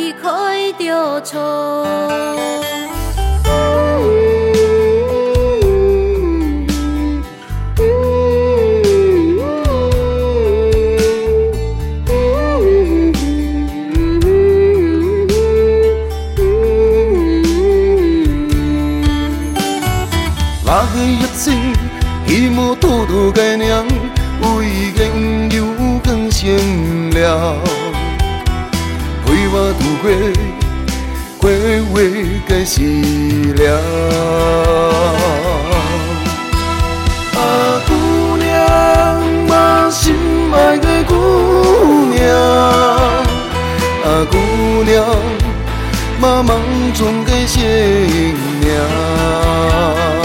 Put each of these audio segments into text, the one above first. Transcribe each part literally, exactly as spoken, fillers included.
你开着厝。 那个热情，希望偷偷概念，为研究更鲜了。陪我度过过月的时了。啊，姑娘，我心爱的姑娘，啊，姑娘，我梦中的新娘。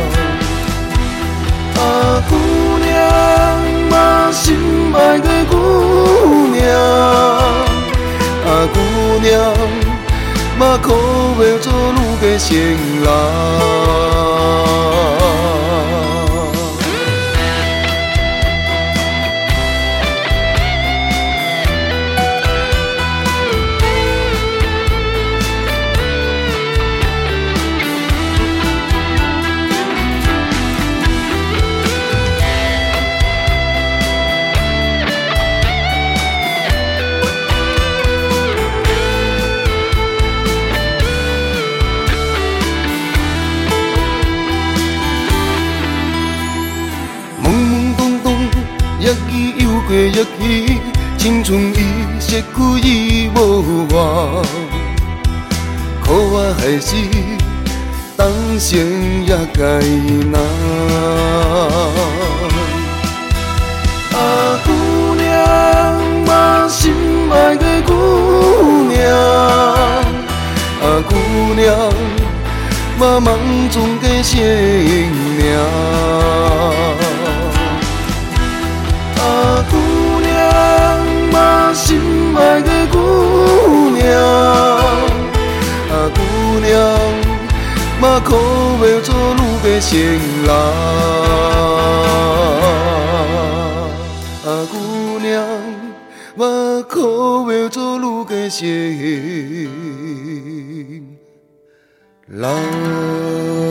啊，姑娘，我心爱的姑娘，啊，姑娘，我可要做你的新郎。日记又过日期，青春已逝去已无外，可我还是当成也该拿。啊，姑娘，我心爱的姑娘，啊，姑娘，我梦中的新娘。啊，姑娘，我心爱的姑娘，啊，姑娘，我可要做你的新郎。啊，姑娘，我可要做你的新郎。